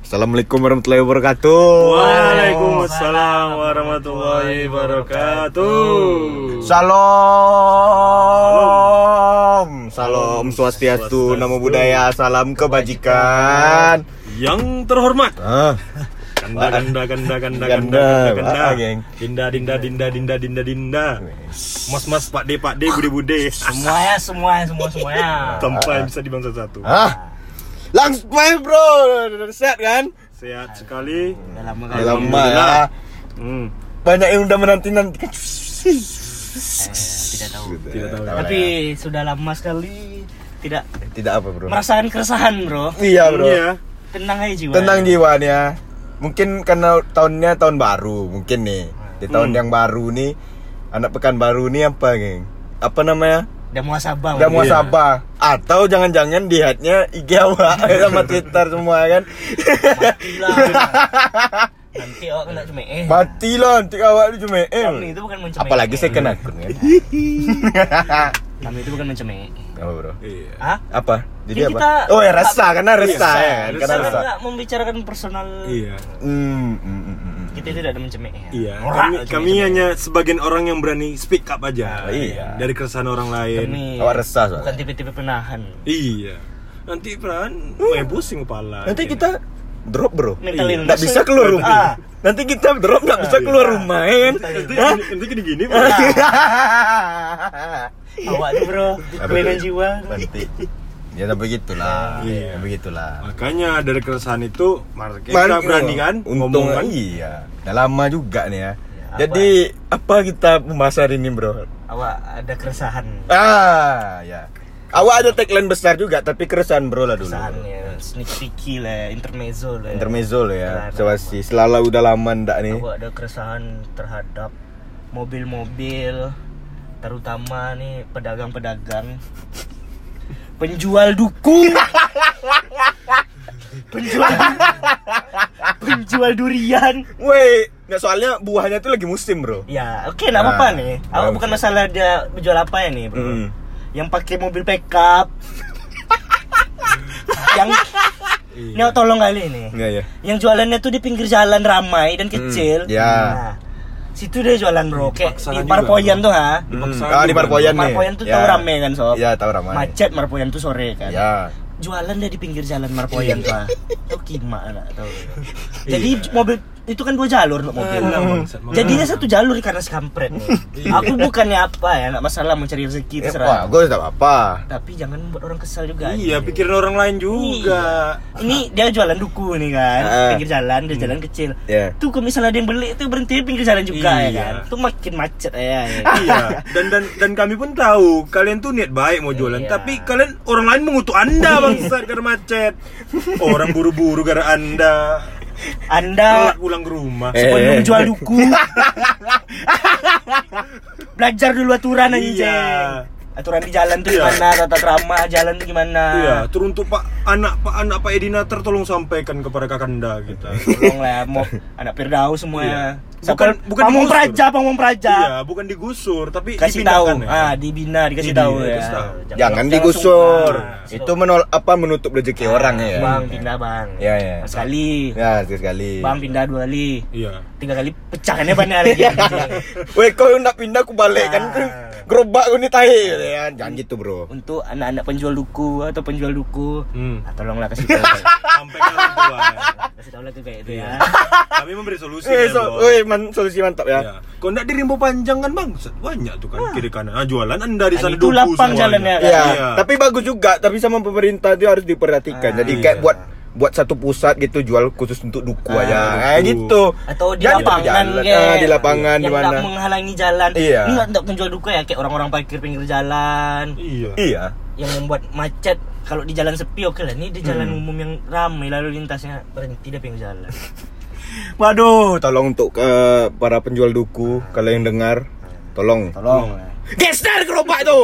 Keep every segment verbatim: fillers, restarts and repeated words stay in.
Assalamualaikum warahmatullahi wabarakatuh. Waalaikumsalam warahmatullahi wabarakatuh. Salam. Salam swastiastu, namo buddhaya, salam kebajikan. Yang terhormat. Ah. Ganda ganda ganda ganda Ganda, ganda ganda. ah, geng. Dinda dinda dinda dinda dinda dinda. Mas mas pak de pak de bude bude. Semuanya semuanya semua semuanya. Tanpa yang bisa dibangsa satu. Ah. Langsung main bro, sehat kan? Sehat sekali. Udah lama Udah kali. lama ya. Hmm. Banyak yang udah menanti-nantikan. Eh, tidak tahu. Tidak tahu. Tapi sudah lama sekali tidak Tidak apa bro? merasakan keresahan, bro. Iya bro. Iya. Tenang aja jiwa. Tenang jiwanya. Mungkin karena tahunnya tahun baru, mungkin nih. Di tahun Hmm. yang baru nih, anak pekan baru nih apa, geng? Apa namanya? Udah muasabah. Udah Bang. muasabah. Atau jangan-jangan lihatnya I G awak sama Twitter semua kan. Matilah. Nanti awak kena cemeh. Matilah nanti awak itu cuma Kami eh. itu bukan mencemeh. Apalagi second akun kan. Kami itu bukan mencemeh. Apa bro? Iya. Hah? Apa? Jadi Kan apa? kita- Oh ya resah, karena resah ya kan. resah. Karena Kita resah. enggak membicarakan personal. Iya. Hmm, hmm, hmm, hmm. Kita tidak ada mencemeh ya. Iya. Norak Kami, cemeh-cemeh. kami hanya sebagian orang yang berani speak up aja. Oh, iya. Dari keresahan orang lain. Kami Awak resah soalnya. bukan tipe-tipe penahan. Iya. Nanti peran main pusing kepala. Nanti kita drop bro. Mental Iya. illness. Nggak bisa keluar rumah. Ah. Nanti kita drop nggak bisa keluar rumah ya kan. nanti Hah? nanti gini-gini. Awak tuh, bro, kelainan jiwa. Nanti. Ya sampai gitulah. Iya. Sampai gitulah. Makanya dari keresahan itu kita Mari- berani kan Untung ngomong kan. iya. Udah lama juga nih ya. apa? Jadi apa kita pembahasan hari ini bro? Awak ada keresahan. Ah ya. Awak ada tagline besar juga tapi keresahan bro lah dulu. Keresahan ya, sneak peeky lah, intermezzo lah. Intermezzo lo ya. Keresahan Coba apa? sih. Selalu udah lama ndak nih. Awak ada keresahan terhadap mobil-mobil, terutama nih pedagang-pedagang, penjual duku, penjual penjual durian. Woi, nggak soalnya buahnya tuh lagi musim bro. Ya, oke, nggak Nah, apa-apa nih. Awak bagus. bukan masalah dia menjual apa ya nih, bro. Hmm. Yang pakai mobil pickup. Yang ini awak tolong kali nih. Enggak ya. Yang jualannya tuh di pinggir jalan ramai dan kecil. ya. Nah, situ dia jualan bro. Kayak Dipaksakan di juga, Marpoyan bro. tuh ha. Dipaksa Hmm. Ah di Marpoyan nih. Marpoyan tuh Ya. tahu rame kan sob. Ya tahu ramai. Macet Marpoyan tuh sore kan. Ya. Jualan dia di pinggir jalan Marpoyan tuh. Ha. Tuh gimana tahu. Jadi mobil itu kan dua jalur untuk mobil. Alah, bangsat, bangsat. Jadinya satu jalur karena sekampret nih. Aku bukannya apa ya, enggak masalah mencari rezeki Eh, terserah. wah, gue tak apa. Tapi jangan membuat orang kesal juga. Iya, anjing. pikirin orang lain juga. Iya. Ini dia jualan duku nih kan, Ah. pinggir jalan, dia jalan kecil. Ya. Tuh kalau misalnya ada yang beli itu berhenti di pinggir jalan juga Iya. ya kan. Tuh makin macet ya. ya. Iya, dan dan dan kami pun tahu kalian tuh niat baik mau jualan, Iya. tapi kalian orang lain mengutuk Anda bangsat karena macet. Orang buru-buru gara Anda. Anda Telat pulang ke rumah. Eh. sebelum jual duku belajar dulu aturan anjing. Iya. Aturan di jalan tuh Iya. gimana, tata krama jalan tuh gimana. Iya, teruntuk Pak anak Pak anak Pak Edinater tolong sampaikan kepada kakanda kita. Tolong lah mau anak Firdaus semuanya. Iya. Bukan Bukan- bukan Pamong digusur. Praja, Pamong Praja. Iya, bukan digusur tapi Kasih tahu. dipindahkan ya. Ah, dibina, dikasih Iya, tahu ya. dikasih tahu. Jangan langsung- digusur. ah, Itu menol apa menutup rezeki orang ya. Bang pindah bang. Ya, ya. Sekali. Ya, sekali. Bang pindah dua kali. Iya. Tiga kali pecahkannya banyak lagi. Weh, kau nak pindah aku balik kan Ah. gerobak aku ni tahi ya. Jangan gitu, bro. Untuk anak-anak penjual duku atau penjual duku, Hmm. ah, tolonglah kasih tahu. Sampaikan orang tua. ya. Kasih tahu lah tuh kayak itu ya. Kami memberi solusi. Eh, ya, so, Bos. weh, man, solusi mantap ya. Ya. Kau ndak di Rimbo Panjang kan bang, banyak tuh kan kiri kanan. Ah, jualan Anda di Dan sana itu duku lapang semuanya. jalannya kan. Ya, Iya. tapi bagus juga. Tapi sama pemerintah itu harus diperhatikan. Ah, Jadi iya. kayak buat buat satu pusat gitu jual khusus untuk duku Ah, aja. duku. Kayak gitu. Atau di Jangan lapangan jalan. kayak. Ah, di lapangan di yang mana? nggak menghalangi jalan. Iya. Ini nggak penjual duku ya kayak orang-orang parkir pinggir jalan. Iya. Iya. Yang membuat macet. Kalau di jalan sepi oke lah. Ini di jalan Hmm. umum yang ramai lalu lintasnya berhenti di pinggir jalan. Waduh, tolong untuk ke para penjual duku, kalau yang dengar, tolong. Tolong. Geser gerobak itu.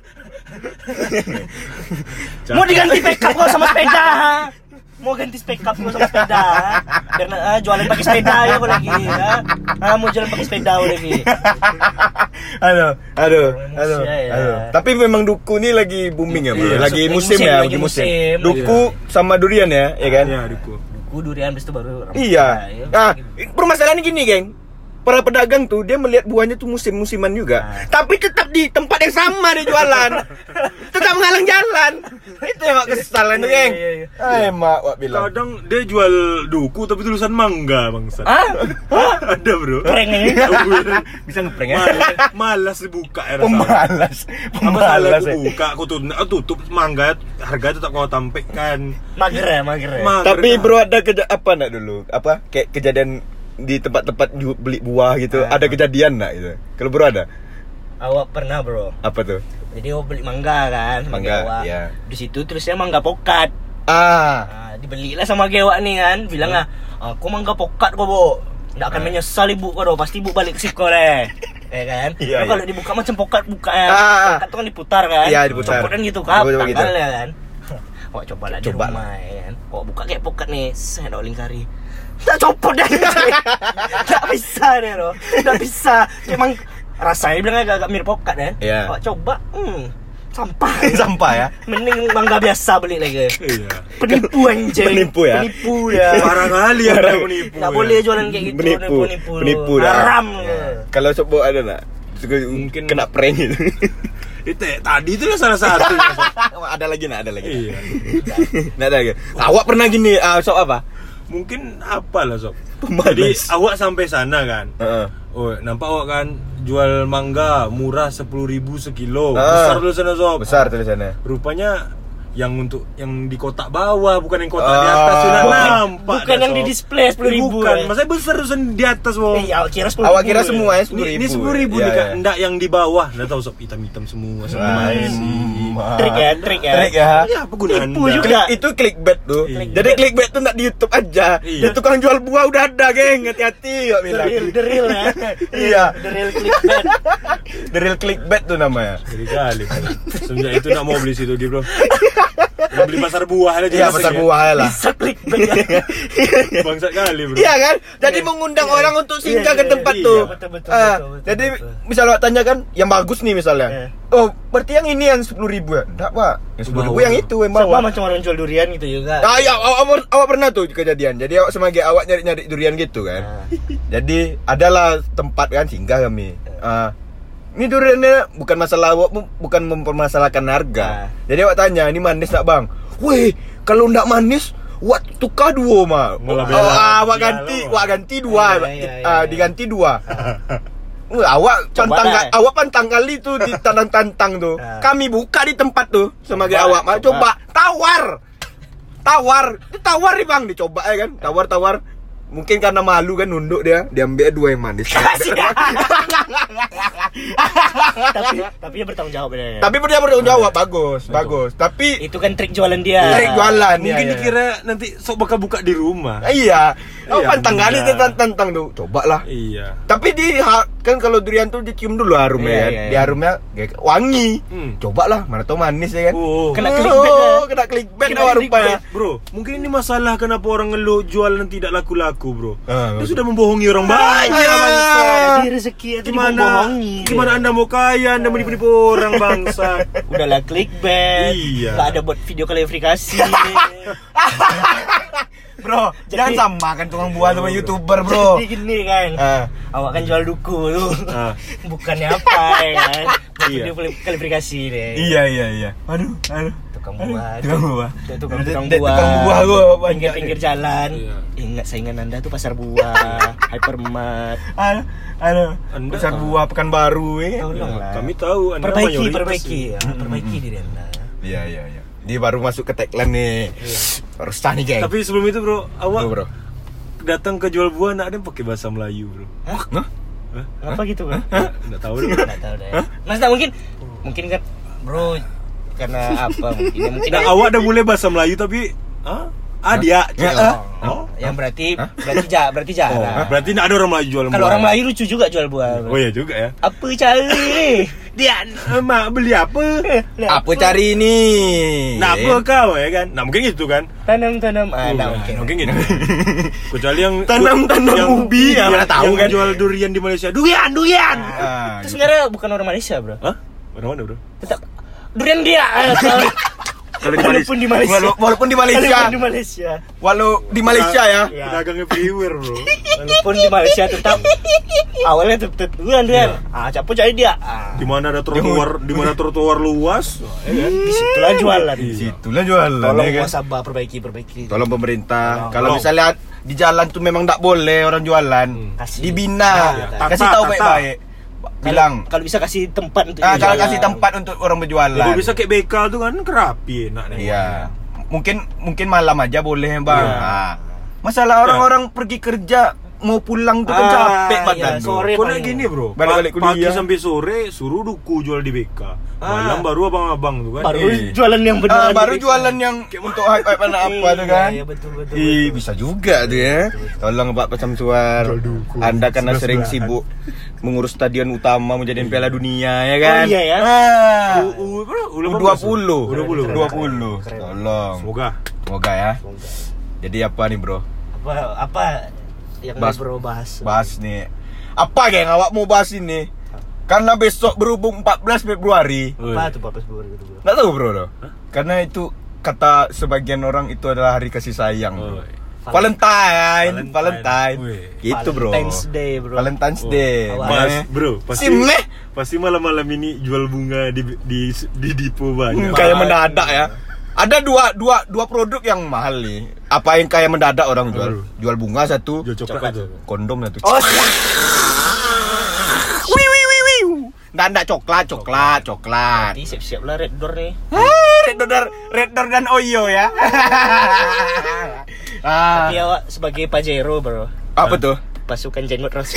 Mau diganti pickup kok sama sepeda. Mau ganti pickup kok sama sepeda. Karena ah, jualan pakai sepeda ya kok lagi ya. Ah, mau jualan pakai sepeda lagi. Aduh, aduh, aduh, Manusia ya. aduh. Tapi memang duku nih lagi booming ya, bro. Iya, lagi lagi musim musim, ya, lagi lagi musim. musim. Duku sama durian ya, ya kan? Iya, duku. duku durian habis itu baru rambutan. Iya. Ya, Nah, gitu. permasalahannya gini, geng. Para pedagang tuh dia melihat buahnya tuh musim-musiman juga, Nah. tapi tetap di tempat yang sama dia jualan, tetap menghalang jalan. Itu yang gak kesalahan tuh, geng. Iya, iya, Eh, mak, wak bilang. Kadang dia jual duku tapi tulisan mangga bangsat. Ah, Ada bro. prank ini. Bisa ngeprank ya? Malas, malas dibuka ya rasanya. Pemalas, Apa salah pemalas. aku ya. buka, aku tutup, aku tutup mangga, harga tetap kau tampilkan. Mager ya, mager ya. Mager Tapi dah. bro ada keja apa nak dulu? Apa kayak kejadian di tempat-tempat ju- beli buah gitu? Ah. Ada kejadian nak gitu? Kalau bro ada? Awak pernah bro? Apa tuh? Jadi awak beli mangga kan sama Mangga, gewak. iya. Di situ terusnya mangga pokat. Ah, Nah, dibelilah sama gewak nih kan. Bilang lah, aku mangga pokat kok, Bu. Nggak akan menyesal ibu kau, pasti ibu balik ke siko deh. Ya kan? Iya, Nah, kalau iya. dibuka macam pokat buka ya. Ah. Pokat tuh kan diputar kan? Iya, diputar. Copot kan gitu kan? Coba-coba gitu. Tanggalnya kan. Awak coba lah di Coba rumah ya kan. Awak buka kayak pokat nih, saya ada lingkari. Tak copot dah. Tak bisa deh, bro. Tak bisa. Memang rasanya bilang agak-agak mirip pokat ya. Iya. Awak coba, hmm, sampah. sampah ya? Mending mangga biasa beli lagi. Iya. Penipu anjing. Penipu ya? Penipu ya. Parah kali ya Parah. penipu. Nggak ya. boleh jualan kayak gitu. Penipu, Penipu. penipu dah. Haram. Ya. Kalau coba ada nak? Mungkin kena prank gitu. Itu ya, tadi itu lah salah satu. ada lagi nak? Ada lagi? Iya. Nggak ada lagi. Awak pernah gini? Ah, sob apa? Mungkin apa lah sob. Pemalas. Jadi awak sampai sana kan. Heeh. Oh, nampak awak kan jual mangga murah sepuluh ribu sekilo. Ah. Besar dulu sana sob. Besar tulisannya. Rupanya yang untuk yang di kotak bawah bukan yang kotak di Ah. atas sudah Bukan- nampak. bukan dah, yang di Sob. display sepuluh ribu, Bukan, eh. maksudnya besar tulisan di atas wong. Eh, awak kira sepuluh Awak kira ribu, semua ya Ini sepuluh ribu. ini sepuluh ribu Iya, dekat, iya. enggak yang di bawah. Nggak tahu sob hitam-hitam semua. Sob. Lain. Trik ya, trik ya. Trik ya. Ya, apa gunaan Tipu Anda? juga. Klik, itu clickbait tuh. Iya. Jadi clickbait tuh nggak di YouTube aja. Iya. Di tukang jual buah udah ada, geng. Hati-hati kok The bilang. real, the real ya. Iya. The real clickbait. The real clickbait tuh namanya. Jadi kali. Semenjak itu nak mau beli situ gitu, Bro. Mau beli pasar buah aja. Iya, pasar buah lah. Bisa clickbait ya. Bangsat kali, Bro. Iya kan? Jadi mengundang orang untuk singgah ke Iya, tempat iya, tuh. iya. Betul, betul, Ah, betul, betul, jadi betul. misal awak tanya kan, yang bagus nih misalnya. Iya. Oh, berarti yang ini yang sepuluh ribu ya? Enggak, Pak. Yang sepuluh ribu Bawah. yang itu yang Sama bawah. macam orang jual durian gitu juga. Ah, iya, awak, awak, awak pernah tuh kejadian. Jadi awak sebagai awak nyari-nyari durian gitu kan. Ah. Jadi adalah tempat kan singgah kami. Ah, ini duriannya bukan masalah awak bu- bukan mempermasalahkan harga. Ah. Jadi awak tanya, ini manis tak bang? Weh, kalau ndak manis, awak tukar dua mak. Malah Oh, bela. ah, awak Iya, ganti, lo. awak ganti dua, Iya, iya, iya, Ah, iya. diganti dua. Wah, awak Coba pantang dah. awak pantang kali tuh di tantang-tantang tuh. Ah. Kami buka di tempat tuh sebagai Coba, awak. Mak, coba. coba tawar. Tawar. Ditawar nih Bang, dicoba ya kan. Tawar-tawar. Mungkin karena malu kan nunduk dia, diambil dua yang manis. Kasih. tapi tapi dia bertanggung jawab ya. Tapi dia bertanggung jawab, bagus, bagus. Tapi Itu kan trik jualan dia. trik jualan Mungkin ya, ya. dikira nanti sok bakal buka di rumah. Iya. Oh, Iya, pantang kali enggak. tuh tantang tuh. Coba lah. Iya. Tapi di ha- kan kalau durian tuh dicium dulu harumnya Iya, kan. iya, Di iya. harumnya kayak wangi. Hmm. Coba lah, mana tau manis ya kan. Oh. Kena clickbait ya. Oh, kena clickbait Kena awak clickbait. rupanya. Bro, mungkin ini masalah kenapa orang ngeluh jualan tidak laku-laku, Bro. Ah, Dia betul. sudah membohongi orang banyak, Ah. bangsa. Jadi rezeki itu Gimana? dibohongi. Gimana Anda mau kaya, Anda menipu-nipu orang, bangsa? Udahlah clickbait. Iya. Gak ada buat video klarifikasi. Bro, Jadi- jangan samakan tukang buah sama YouTuber, bro. Jadi gini kan. Ah. Awak kan jual duku tuh. Ah. Bukannya apa ya kan. Buat Iya. video klarifikasi deh. Iya, iya, iya. Aduh, aduh. Tukang buah. Tukang buah. Tuh, tukang tukang Dek, buah. tukang buah gua banyak. Pinggir-pinggir jalan. Iya. Ingat saingan Anda tuh pasar buah, hypermart. Aduh, aduh. Anda- Pasar buah Pekanbaru ya. Tolonglah. Kami tahu Anda Perbaiki, mayoritas. perbaiki. Ya, perbaiki diri Anda. Iya, iya, iya. Dia baru masuk ke tagline nih. Harus sah nih, geng. Tapi sebelum itu, Bro, awak Tuh, bro. datang ke jual buah nak ada yang pakai bahasa Melayu, Bro. Hah? Apa gitu kan? Enggak tahu deh. Nggak tahu deh. Mas, tak mungkin mungkin kan bro karena apa mungkin ya, mungkin Nah, awak dah mulai bahasa Melayu tapi ah, ah dia. Ya, Cik. ah. oh, yang berarti berarti ja, berarti Oh, jarang. berarti enggak ada orang Melayu jual buah. Kalau orang Melayu lucu juga jual buah. Oh iya juga ya. Apa cari nih? Dia mak beli apa? Apa cari ini? Nak apa kau ya kan? Nah mungkin gitu kan. Tanam-tanam ah, Oh, nggak nah, mungkin. mungkin gitu. Kecuali yang Tanam-tanam yang- ubi, ya, yang, mana tahu yang kan. jual durian di Malaysia. Durian, durian. Ah, Itu sebenarnya bukan orang Malaysia bro. Hah? Orang mana, Bro? Tetap durian dia. ah, tahu. Kalau di Walaupun di Malaysia. Walau- Walaupun di Malaysia. Walaupun di Malaysia. Walau di Malaysia ya. Ya. Pedagang everywhere, bro. Walaupun di Malaysia tetap awalnya tetap duluan dia. Ah, capo cari dia. Ah. Di mana ada trotoar, di mana trotoar luas, ya kan? Di situlah jualan. Situlah jualan Tolong ya kan. muasabah perbaiki perbaiki. Tolong pemerintah. Tolong. Kalau Tolong. misalnya di jalan tuh memang tak boleh orang jualan. Kasih. Dibina. Ya, Kasih tata, tahu tata. baik-baik. Bilang. Kalau bisa kasih tempat untuk Ah, kalau jualan. kasih tempat untuk orang berjualan. Kalau bisa kayak bekal tuh kan kerapi enak nih. Iya. Mungkin mungkin malam aja boleh, Bang. Iya. Ah. Masalah orang-orang pergi kerja mau pulang tuh kan Ah, capek iya, badan tuh. sore. Kok paling- gini, bro? Balik-balik Pa- Pagi kuliah. sampai sore suruh duku jual di B K. Malam baru abang-abang tuh kan. Baru Eh. jualan yang benar. Ah, baru jualan yang untuk hype-hype anak apa tuh kan. Iya, betul betul. Ih, bisa juga tuh ya. Tolong Pak Pasam Suar. Jual duku. Anda karena sering Sebelah-sebelahan. sibuk mengurus stadion utama menjadi Piala Dunia ya kan. Oh, iya ya. Ah. U, U, bro, U U dua puluh. U dua puluh. U dua puluh. Keren. Tolong. Semoga. Semoga ya. Semoga. Jadi apa nih, Bro? Apa apa yang Bahas- bro bahas? Bahas nih. Apa geng awak mau bahas ini? Karena besok berhubung empat belas Februari. Apa tuh Bapak Bro itu bro? Nggak tahu, Bro. Loh. Karena itu kata sebagian orang itu adalah hari kasih sayang. Oh, Valentine, Valentine. Valentine. Wih. Gitu, Bro. Valentine's Day bro. Valentine's Oh. Day. Awal. Pas, Meh. bro, pasti Si meh. pasti malam-malam ini jual bunga di di di Dipo banyak. Hmm, kayak mendadak ya. Ada dua dua dua produk yang mahal nih. Apa yang kayak mendadak orang jual? Aduh. Jual bunga satu, Jual coklat tuh. kondom satu. Oh, Wih wih wih wih. Nggak nggak coklat, coklat, coklat. nanti siap-siap lah Red Door nih. Ah, Red Door, Red Door dan Oyo ya. ah, Tapi awak sebagai Pajero bro, apa tuh? pasukan jenggot Rasul.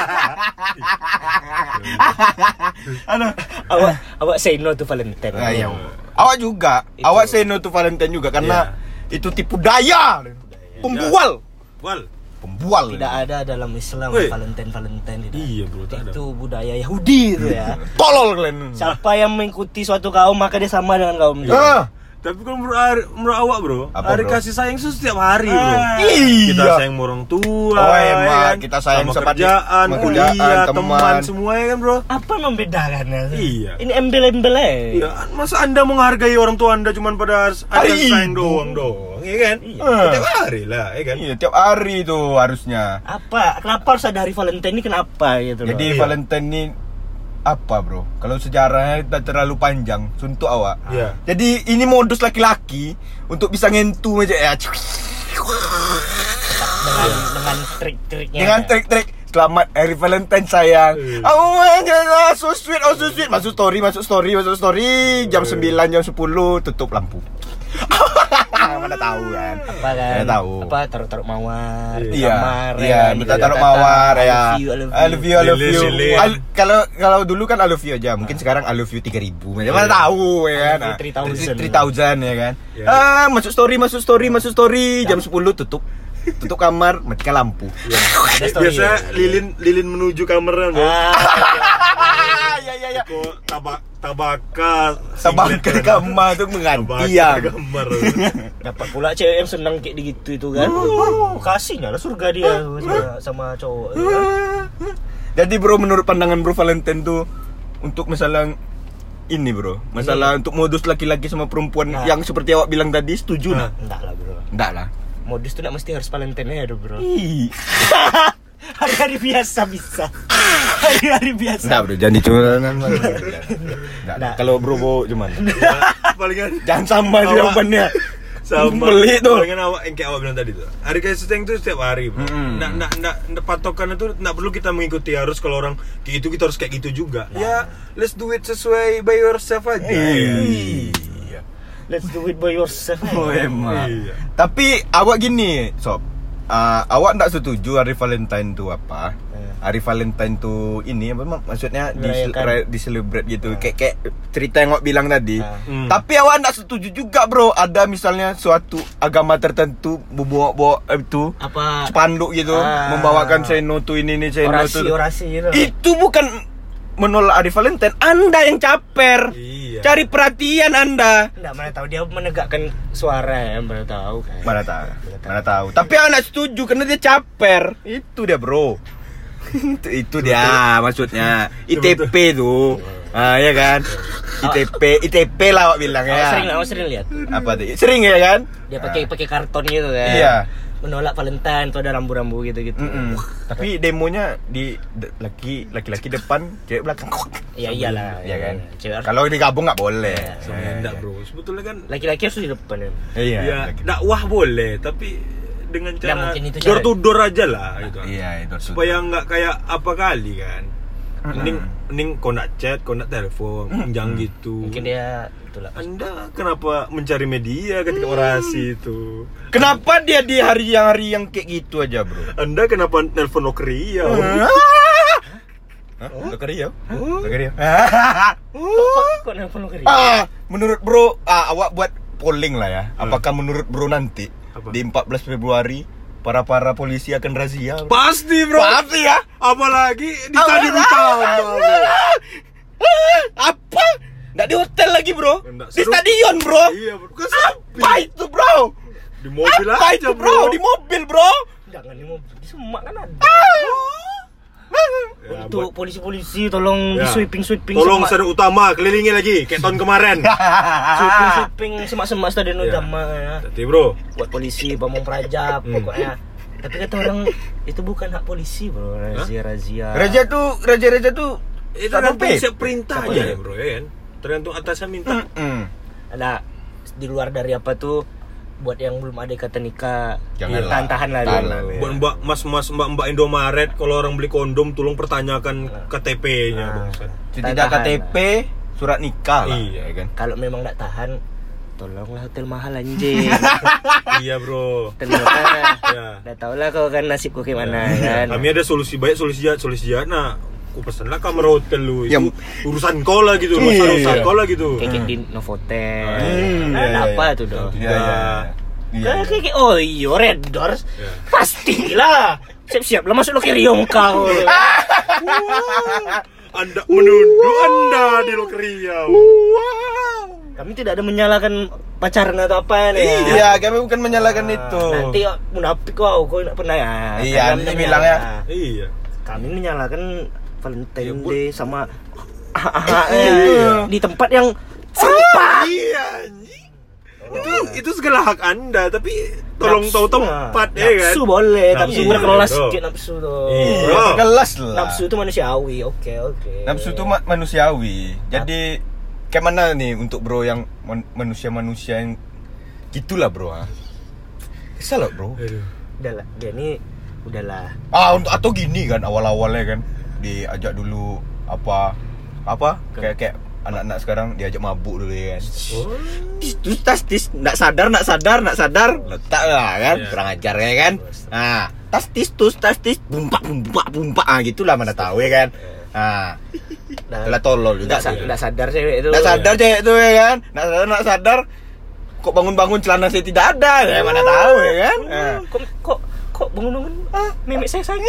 Aduh. awak awak say no to Valentine. Ah, iya. Awak juga, Itu. awak say no to Valentine juga karena itu tipu daya. Pembual. Wal. Pembual. Tidak ada dalam Islam Weh. Valentine Valentine tidak. Iya, bro, tak ada. Itu budaya Yahudi itu ya. Tolol kalian. Siapa yang mengikuti suatu kaum maka dia sama dengan kaum dia. Ah, Tapi kalau menurut, hari- menurut awak bro, Apa, hari bro? kasih sayang itu setiap hari bro. Ah. iya. Kita sayang sama orang tua, Oh, ya emang. kan? Kita sayang sama sama kerjaan, sama kuliah, kerjaan, teman, teman. semua ya kan bro. Apa yang membedakannya? Iya. Ini embel-embel aja. Iya, masa anda menghargai orang tua anda cuma pada hari Hari sayang ibu. doang doang, ya kan? Iya. Setiap hari lah, ya kan? Iya, tiap hari tuh harusnya. Apa? Kenapa harus ada hari Valentine ini? Kenapa gitu loh? Jadi Iya. Valentine ini apa, Bro? Kalau sejarahnya tak terlalu panjang untuk awak. Iya. Jadi ini modus laki-laki untuk bisa ngentu aja ya. dengan dengan trik-triknya. Dengan trik-trik selamat hari Valentine sayang. Iya. Oh my god, so sweet, oh so sweet. Masuk story, masuk story, masuk story. Jam sembilan, jam sepuluh tutup lampu. Mana tahu kan. Apa kan? Mana tahu. Apa taruh-taruh mawar di Iya, kamar, iya, ya kan? minta Di taruh kata, mawar I ya. love you, I love I love you, I love you. Lilin, lilin. I- Kalau kalau dulu kan I love you aja, mungkin sekarang I love you tiga ribu. Mana Iya. tahu ya kan. I love you three thousand. three thousand ya kan. Iya. Ah, masuk story, masuk story, masuk story. Jam sepuluh tutup. Tutup kamar, matikan lampu. Ada story. Biasa lilin lilin menuju kamarnya bro. Ah, Ya ya ya. Kok tabak tabaka Sabang singlet ke kan. kamar tuh Tabaka menggantian. kamar. dapat pula cewek yang senang kayak gitu itu kan. Oh, kasihnya lah surga dia sama, sama cowok. ya kan? Jadi bro, menurut pandangan bro Valentine tuh untuk masalah ini bro, masalah untuk modus laki-laki sama perempuan Nah. yang seperti awak bilang tadi, setuju Nah. nah? Enggak lah bro. Enggak lah. Modus tuh enggak mesti harus Valentine ya bro. Ih. Hari-hari biasa bisa. Hari-hari biasa. Enggak bro, jangan dicurahan. Enggak. Nggak. Kalau bro bo cuman Palingan jangan sama Awak- jawabannya. sama Beli tuh. palingan awak yang kayak awak bilang tadi tuh. Hari kasih sayang itu setiap hari bro. Mm-mm. Nggak nggak nggak nggak patokan itu nggak perlu kita mengikuti harus kalau orang kayak gitu kita harus kayak gitu juga. Ya, let's do it sesuai by yourself aja. Iya. Let's do it by yourself. Oh emang. Iya. Tapi awak gini, sob. Ah, awak enggak setuju hari Valentine tuh apa? Eh. Hari Valentine tuh ini apa mak- maksudnya di Merayakan. ra- di celebrate gitu. Ah. Kayak kayak cerita yang awak bilang tadi. Ah. Hmm. Tapi awak enggak setuju juga, Bro. Ada misalnya suatu agama tertentu membawa-bawa eh, itu Apa spanduk gitu, Ah. membawakan say no to ini ini say no orasi to. orasi gitu. Itu bukan menolak hari Valentine. Anda yang caper. Iya. Cari perhatian Anda. Enggak mana tahu dia menegakkan suara ya, mana tahu kan. Mana tahu, mana tahu. Tapi anak setuju karena dia caper. Itu dia bro. itu, itu dia maksudnya I T P tuh. Ah ya kan. I T P, I T P lah awak bilang Oh, ya. sering lah, oh, sering lihat. Apa tuh? Sering ya kan? Dia pakai pakai karton gitu kan. Iya. Menolak Valentine tuh ada rambu-rambu gitu-gitu. Mm-mm. Tapi demonya di de- laki laki-laki depan, cewek belakang. Iya iyalah. Iya kan. Cewek harus- Kalau digabung nggak boleh. Sebenarnya enggak, Bro. Sebetulnya kan laki-laki harus di depan ya. Iya. ya dakwah boleh, tapi dengan Ya, cara mungkin itu door cara- to door aja lah gitu. Iya, itu Supaya nggak kayak apa kali kan. Mending mending kau nak chat, kau nak telepon, jangan gitu. Mungkin dia itulah. Anda kenapa mencari media ketika orasi itu? Kenapa dia di hari yang hari yang kayak gitu aja, Bro? Anda kenapa nelpon Lokria? Hah? Lo Riau? Lo Riau? Kok kok nelfon lo ke dia? Ah, menurut Bro, ah, awak buat polling lah ya. Apakah menurut Bro nanti Apa? di empat belas Februari para para polisi akan razia? Pasti, Bro. Pasti ya. Apalagi di Stadion Utama, Bro. Apa? Nggak di hotel lagi, Bro. Nggak, Di seru. stadion, Bro. Iya, Bro. Kan sepi. Apa itu, Bro? Di mobil Apa aja, itu, Bro? Di mobil, Bro. Jangan di mobil, di Semak kan ada. Ya, Untuk buat- polisi-polisi tolong Ya. di sweeping-sweeping Tolong Semak. Stadion Utama kelilingi lagi kayak tahun kemarin. Sweeping-sweeping semak-semak stadion Ya. utama ya. Jadi, Bro. Buat polisi, pamong prajab Hmm. pokoknya. Tapi kata orang itu bukan hak polisi, Bro. Razia-razia. Raja tuh, raja-raja tuh Itu Satpol tergantung P. siap perintah Satpol aja P. ya, Bro, ya kan? Tergantung atasan minta. Mm-mm. Ada di luar dari apa tuh buat yang belum ada ikatan nikah. Janganlah. Tahan-tahan lah Tahan dulu. lah, ya. Buat mbak mas-mas mbak-mbak Indomaret kalau orang beli kondom tolong pertanyakan K T P-nya, Nah. bangsat. Tidak K Tahan T P, surat nikah lah. Iya. ya kan. Kalau memang enggak tahan, tolonglah hotel mahal anjing. Iya, Bro. Ternyata Ya. udah tau lah kau kan nasibku gimana kan. Kami ada solusi baik, solusi jahat, solusi jahat. Nah, aku pesenlah kamar hotel lu. Itu Yang- urusan kau lah gitu, masalah Iya. urusan kau lah gitu. Kayak di Novotel. Hmm, Nah, iya, ada iya, apa iya. tuh dong? Iya, iya, iya. Iya. Kayak kayak oh iya Red Doors. Iya. Pastilah. Siap-siap lah masuk lo ke Rio kau. Anda menuduh Anda di Lokria. Kami tidak ada menyalahkan pacaran atau apa nih. ya. Iya, kami bukan menyalahkan Ah, itu. Nanti munafik kau, kau tidak pernah ya. Iya, Kalian nanti menyalahkan. bilang ya. Iya. Kami menyalahkan Valentine Ya, Bu. Day sama Iya. di tempat yang sampah. Iya. anjing. Itu itu segala hak Anda, tapi tolong Nafsu, tahu tempat nah. ya kan. Nafsu boleh, tapi Nafsu berkelas boleh, sedikit bro. nafsu tuh. Iya. Iya, kelas lah. Nafsu itu manusiawi, oke oke. Nafsu itu ma- manusiawi. Jadi kayak mana nih untuk Bro yang man- manusia-manusia yang gitulah, Bro. Ah. Kesal loh, Bro. Aduh. Udahlah, dia ini udahlah. Ah, untuk atau gini kan awal-awalnya kan diajak dulu apa apa kayak kayak anak-anak sekarang diajak mabuk dulu ya kan. Oh. Tis tus tas tis nak sadar nak sadar nak sadar letak lah kan Iya. kurang ajar ya kan. Nah, tas tis tus tas tis bumpak bumpak bumpak ah gitulah mana tahu ya kan. Nah, Nah, telah tolol juga Nggak sa- sih. nggak sadar cewek itu. Nggak sadar cewek itu ya kan. Nak sadar nak sadar kok bangun-bangun celana saya tidak ada ya mana tahu ya kan. Nah. Kok kok kok bangun-bangun ah, memek saya sayang.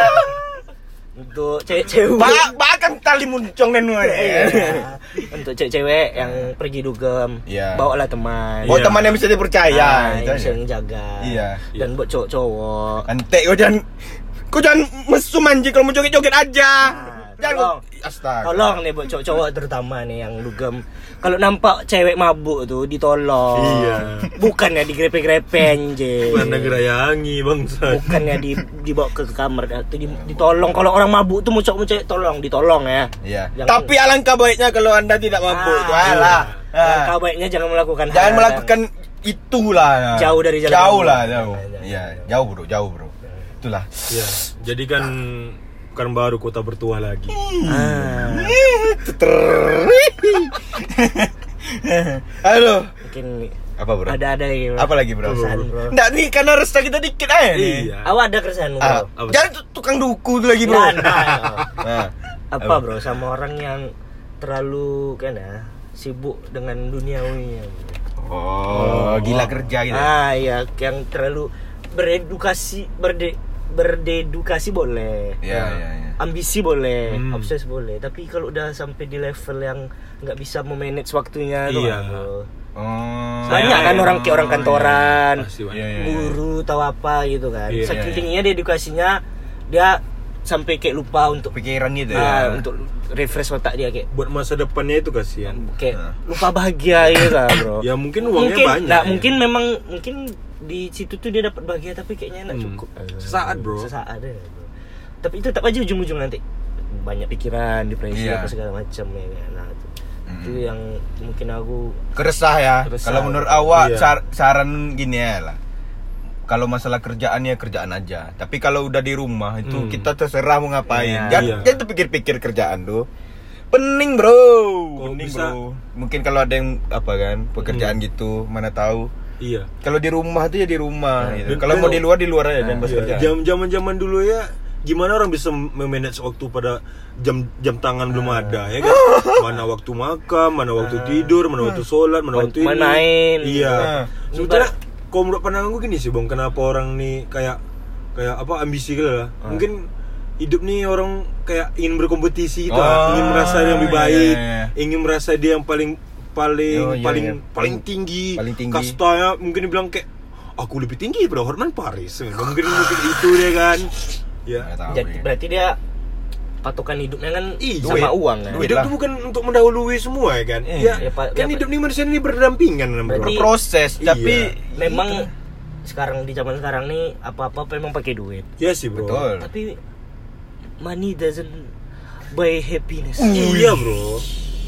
Untuk cewek-cewek. Ba bahkan tali muncung nenu ya. Iya. Untuk cewek-cewek yang pergi dugem, Iya. bawalah teman. Buat Iya. teman yang bisa dipercaya Ah, itu yang bisa aja. menjaga. Iya. Dan buat cowok-cowok. Antek kau jangan kau jangan mesum anjing kalau mau joget-joget aja. Nah, Jangan tolong. kau- Astaga. Tolong nih buat cowok-cowok terutama nih yang dugem. Kalau nampak cewek mabuk tuh ditolong. Iya. Bukannya digrepe-grepe anjing. Mana gerayangi bangsa. Bukannya di dibawa ke, ke kamar atau di, ditolong. Kalau orang mabuk tuh mau cowok mau cewek tolong, ditolong ya. Iya. Jangan- Tapi alangkah baiknya kalau Anda tidak mabuk Ah, tuh. Alah. iya. Ah. Kau baiknya jangan melakukan Jangan hal- melakukan itulah. Jauh dari jalan Jauh Allah. lah, jauh. Jangan, Iya, jangan. jauh bro, jauh bro. Itulah. Iya. Jadi kan kan baru kota bertuah lagi. Ah, Halo. mungkin Apa bro? ada ada lagi. Bro. Apa lagi bro? Keresahan, bro. Nggak nih karena resta kita dikit aja nih. Iya. Awak ada keresahan bro. Ah, Apa? jangan tu- tukang duku tuh lagi bro. Ya, nah. Nah, Apa bro sama orang yang terlalu kan ya sibuk dengan duniawinya. Oh, gila kerja gitu. Ah iya, yang terlalu beredukasi berde berdedukasi boleh. Iya, iya, iya. Ambisi boleh, Hmm. obses boleh. Tapi kalau udah sampai di level yang nggak bisa memanage waktunya, tuh, Iya. bro. Oh. Banyak kan orang kayak orang kantoran, Pasti banyak. Iya, iya. guru tahu apa gitu kan. Iya, Saking iya. tingginya dia edukasinya, dia sampai kayak lupa untuk pikiran gitu ah, ya. untuk refresh otak dia kayak Buat masa depannya itu kasihan. kayak Nah. lupa bahagia gitu lah bro. Ya mungkin uangnya mungkin, banyak. nah, ya. mungkin memang mungkin di situ tuh dia dapat bahagia tapi kayaknya nggak Hmm. cukup. Sesaat, bro. Sesaat deh. Bro. Tapi itu tetap aja ujung-ujung nanti banyak pikiran, depresi Iya. apa segala macam ya kan. Nah, itu, Hmm. itu yang mungkin aku Keresah ya. Keresah. Kalau menurut awak Iya. sar- saran gini ya lah. Kalau masalah kerjaan ya kerjaan aja. Tapi kalau udah di rumah itu Hmm. kita terserah mau ngapain. Iya. Jangan, Iya. jangan terpikir-pikir kerjaan tuh. Pening bro. Kok Pening bisa- bro. Mungkin kalau ada yang apa kan pekerjaan gitu mana tahu. Iya. Kalau di rumah tuh ya di rumah. Nah, gitu. dan- Kalau mau dan- di luar di luar aja dan Nah, pas Iya, kerjaan. jam zaman zaman dulu ya gimana orang bisa memanage waktu pada jam jam tangan belum ada ya kan? Mana waktu makan, mana waktu tidur, mana waktu sholat, mana Man- waktu ini. main. Iya. Nah. Sebetulnya kalau menurut pandangan gue gini sih bang, kenapa orang nih kayak kayak apa ambisi gitu lah. Mungkin hidup nih orang kayak ingin berkompetisi gitu lah. Oh, Ingin merasa yang lebih iya, baik, iya, iya. ingin merasa dia yang paling paling Oh, iya, paling iya. paling tinggi, Paling tinggi. kastanya mungkin dia bilang kayak aku lebih tinggi daripada Hotman Paris. Mungkin mungkin itu dia kan. Ya. Nggak tahu, jadi ya. berarti dia patokan hidupnya kan Iya. sama Duit. uang kan. Duit. Hidup lah. tuh bukan untuk mendahului semua ya kan. Iya. Ya, Ya, Pak. kan Ya, hidup nih manusia ini berdampingan bro. Berarti- Proses Iya. tapi Memang sekarang di zaman sekarang nih apa-apa memang pakai duit. Ya sih bro. betul. Tapi money doesn't buy happiness. Iya bro.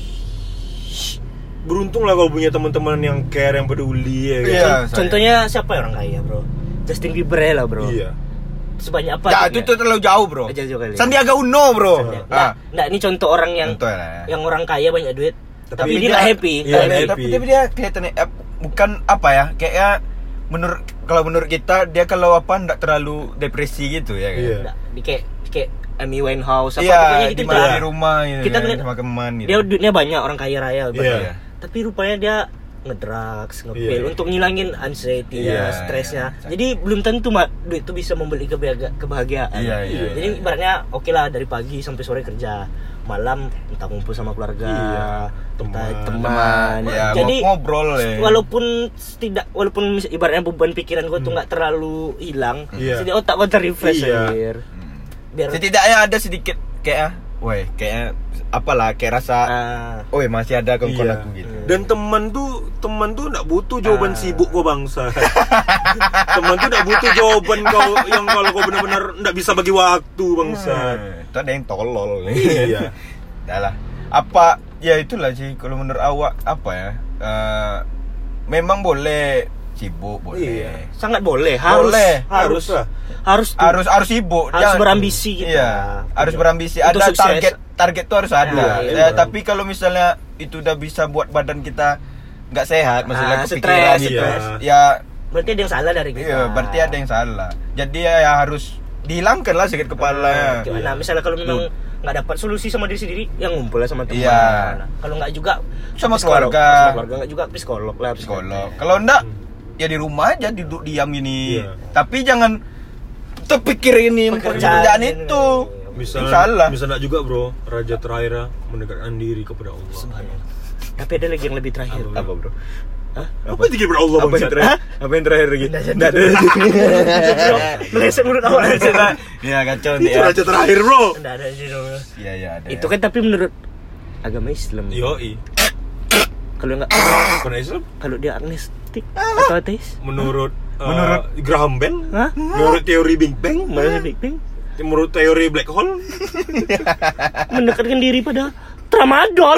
Beruntung lah kalau punya teman-teman yang care, yang peduli ya kan. Iya. Con- Contohnya siapa yang orang kaya bro? Justin Bieber ya lah bro. Iya. Sebanyak apa? Ya itu duitnya? tuh terlalu jauh bro. Jauh juga kali. Sandiaga Uno bro. Nggak, Ah. nggak, ini contoh orang yang Contoh ya. yang orang kaya banyak duit, Tapi tapi, dia dia- nggak happy. Iya, Nggak Eh, happy. tapi tapi dia kelihatannya eh, bukan apa ya kayaknya menurut kalau menurut kita dia kalau apa nggak terlalu depresi gitu ya kan. Iya. Nggak, di kayak kayak Amy Winehouse apa Iya, pokoknya gitu di dah. mana di rumah gitu Kita kan, ngeliat- sama teman gitu. Dia duitnya banyak, orang kaya raya. Iya. Iya. Tapi rupanya dia ngedrugs, ngepil Iya. untuk ngilangin anxiety-nya, Iya, stresnya. iya. Jadi belum tentu mak duit itu bisa membeli kebahagia- kebahagiaan. Iya, iya, Jadi iya. ibaratnya oke lah dari pagi sampai sore kerja, malam entah ngumpul sama keluarga, Iya, entah teman. teman. Ya, Jadi ngobrol ya. walaupun tidak walaupun mis- ibaratnya beban pikiran gue tuh nggak terlalu hilang, Iya. jadi otak gue terrefresh Iya. anjir. Biar Setidaknya ada sedikit kayak woi kayak apalah kayak rasa ah, woi masih ada kawan-kawan Iya. aku gitu. Dan teman tuh teman tuh nggak butuh jawaban Ah. sibuk kau bangsa. Teman tuh nggak butuh jawaban kau yang kalau kau benar-benar nggak bisa bagi waktu bangsa. Hmm, itu ada yang tolol. Iya. Dah lah. Apa ya itulah sih kalau menurut awak apa ya? Eh, memang boleh sibuk boleh. Iya. sangat boleh, harus Boleh. Harus lah. harus tuh. Harus harus sibuk. Harus Jangan- berambisi kita. Iya, harus Iya. berambisi. Untuk Ada sukses. target target tuh harus ada. Iya, Ya, iya. tapi kalau misalnya itu udah bisa buat badan kita nggak sehat, masalah Ah, kepikiran, stres, gitu. stres. Ya, Berarti ada yang salah dari kita. iya, berarti ada yang salah. Jadi ya, ya harus dihilangkan lah sakit kepala. Gimana? Misalnya kalau memang nggak dapat solusi sama diri sendiri, yang ngumpul lah sama teman. Iya. Nah, kalau nggak juga Sama psikolog. keluarga. Sama keluarga nggak juga psikolog lah. Psikolog. Kalau enggak ya di rumah aja duduk diam gini. Iya. Tapi jangan terpikir ini Pekerjaan pekerjaan ini. itu. Misalnya, Salah. misalnya juga bro, Raja terakhir mendekatkan diri kepada Allah. Subhanallah. Tapi ada lagi yang lebih terakhir. Apa, bro? Hah? Apa yang tinggi kepada Allah Apa yang bangsa? terakhir? Apa yang terakhir lagi? Nggak Nggak ada. Meleset menurut awak. Ya kacau Itu nih ya. raja terakhir bro. Nggak ada sih dong. Iya iya ada. Itu kan tapi menurut agama Islam. Yoi. Kalau nggak, Karena Islam kalau dia agnostik atau ateis, menurut uh, Menurut- Graham Bell, hah? menurut teori Big Bang, Mana Big Bang? menurut teori Black Hole, Mendekatkan diri pada tramadol.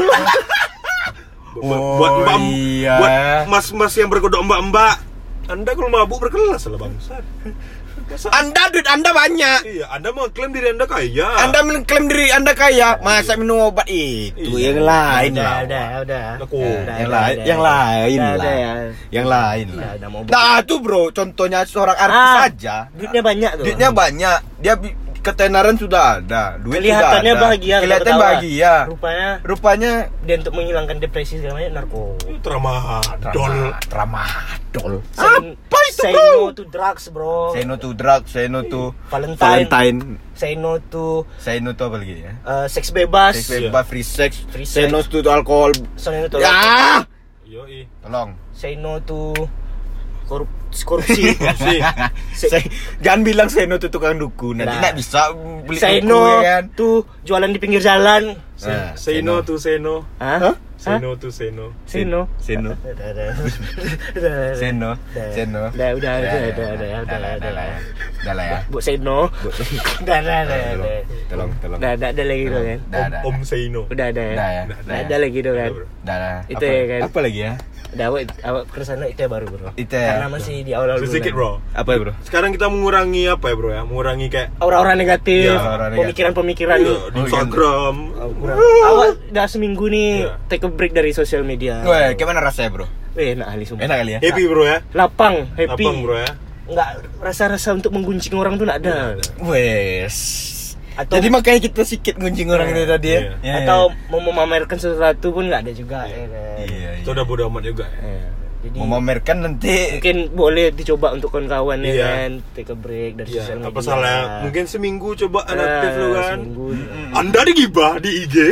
buat Oh, buat mbak, iya. buat mas-mas yang berkedok mbak-mbak. Anda kalau mabuk berkelas lah bangsa. Masa- Anda duit Anda banyak. Iya, Anda mengklaim diri Anda kaya. Anda mengklaim diri Anda kaya, masa minum obat itu Iya. yang lain Udah, lah. udah, udah. Aku. Udah, yang udah, lain, udah, yang udah. lain Udah, lah. udah, ya. Yang lain lah. Udah, udah mau Nah, tuh bro, contohnya seorang artis Ah, saja. duitnya banyak tuh. Duitnya banyak. Dia bi- ketenaran sudah ada, duit Kelihatannya sudah ada. bahagia, Kelihatan ketawa. bahagia. Rupanya Rupanya dia untuk menghilangkan depresi segala macam narkoba. Tramadol. tramadol. Say, Apa itu, say bro? no to drugs, bro. Say no to drugs, say no to Valentine. Valentine. Say no to Say no to apa lagi ya? uh, seks bebas. Seks bebas, free sex. Free Say sex. no to alkohol. Say no to Ya, Yoi. tolong. Say no to korup korupsi. Korupsi. Say- Jangan bilang Seno tuh tukang dukun. Nanti Nah. nggak bisa beli Seno buku, ya kan? tuh jualan di pinggir jalan. Nah, Say no to say no. Hah? Say no to say no. Seno. Seno. Udah, udah. Udah, udah. Seno. Udah. Seno. Udah, udah, Ya, udah, ya, udah, ya. udah, Udah udah, lah, udah. udah lah ya. Udah lah ya. Bu Seno. Udah, udah, udah, udah. Tolong, tolong. Udah, udah, ada lagi gitu kan. Udah, udah. Om say no. Udah ada ya. Udah ya. Udah ada lagi gitu kan. Udah lah. Itu Apa- ya kan. Apa lagi ya? Udah awak awak kesana itu ya baru bro. Itu ya. Karena masih di awal-awal Sedikit bulan. bro. Apa ya, Bro? Sekarang kita mengurangi apa ya bro ya? Mengurangi kayak Aura-aura negatif, Ya, aura negatif. pemikiran-pemikiran. ya, di Instagram. Awak udah seminggu nih Ya. take a break dari sosial media. Weh, gimana rasanya, Bro? Eh, enak kali sumpah. Enak kali ya? Happy bro ya. Lapang, happy. Lapang bro ya. Enggak rasa-rasa untuk menggunjing orang tuh enggak ada. Wes. Atau Jadi makanya kita sikit gunjing orang itu tadi ya. Iya. Ya, atau mau memamerkan sesuatu pun enggak ada juga. ya kan? Iya, Itu iya. udah bodo amat juga ya. Eh, Jadi Mau memamerkan nanti mungkin boleh dicoba untuk kawan-kawan ya Iya. kan, take a break dari Iya, sosial media. apa salah? Mungkin seminggu coba aktif Eh, lu kan. seminggu. Anda digibah di I G.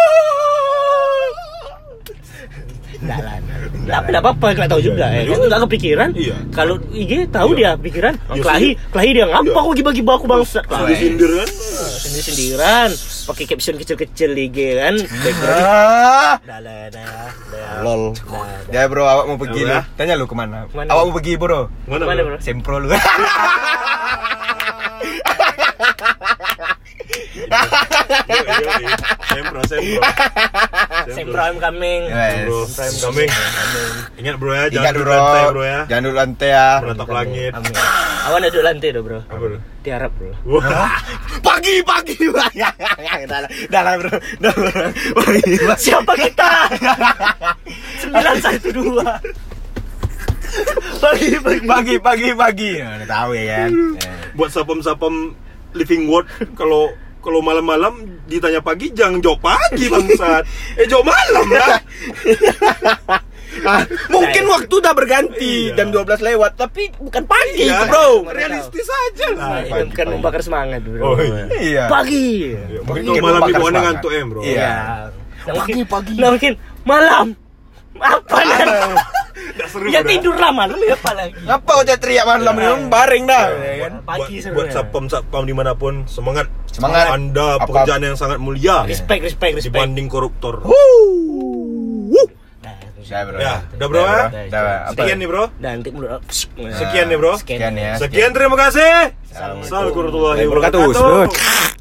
Enggak lah. Enggak enggak apa-apa, enggak tahu juga ya. Iya. Kan enggak kepikiran. Iya. Kalau I G tahu Iya. dia pikiran. Oh, Iya, kelahi, kelahi dia ngapa Iya. kok gibah-gibah aku bangsa. Sudah sindir kan? Sendiri-sendirian, pakai caption kecil-kecil di I G kan. Background. ah, Dah lah, dah. dah. lol. Dah, dah. Ya bro, awak mau pergi Ya, lu? Bro. Tanya lu kemana? Kemana? Awak mau pergi bro? Mana, Mana, bro? bro? Sempro lu. Iya, iya, iya. Sempro, sempro. Same prime coming. Yes. Bro, Prime coming. Ingat bro ya, jangan Ingat duduk bro, lantai bro ya. jangan duduk lantai ya. Menatap langit. Amin. Awan duduk lantai tuh bro. Apa bro? Di Arab bro. Wah, Pagi, pagi. Dah lah, dah lah bro. Dah bro. Pagi, pagi. Siapa kita? sembilan satu dua. Pagi pagi. Pagi, pagi, pagi. Ya, udah tahu ya kan. Ya. buat sapam-sapam living word kalau kalau malam-malam ditanya pagi jangan jawab pagi bangsat. Eh jawab malam lah. Ah, mungkin Nah, waktu udah berganti Iya. jam dua belas lewat tapi bukan pagi Iya, itu bro. realistis aja lah. Nah, itu pagi, kan pagi. membakar semangat bro. Oh, iya. Iya. Pagi. Ya, Mungkin mungkin malam membakar ibu anda semangat. ngantuk ya bro. Iya. Nah, Pagi, mungkin, pagi. Nah mungkin malam. Apa nih? Nggak seru Ya bro. tidur lah malam ya apa lagi? Ngapa kau teriak malam Iya. ini baring dah. Ya, ya kan? buat, Pagi buat, sebenarnya. buat sapam-sapam dimanapun semangat. Semangat. Anda Apa- pekerjaan yang sangat mulia Respect, respect, respect. dibanding koruptor. Wuh. Nah, Udah bro. Ya, udah, bro, Udah, ya? Udah, apa? Sekian nih bro. Dan nanti mulut Sekian nih bro. Sekian Sekian ya. Sekian terima kasih. Assalamualaikum Assalamualaikum warahmatullahi warahmatullahi wabarakatuh. wabarakatuh.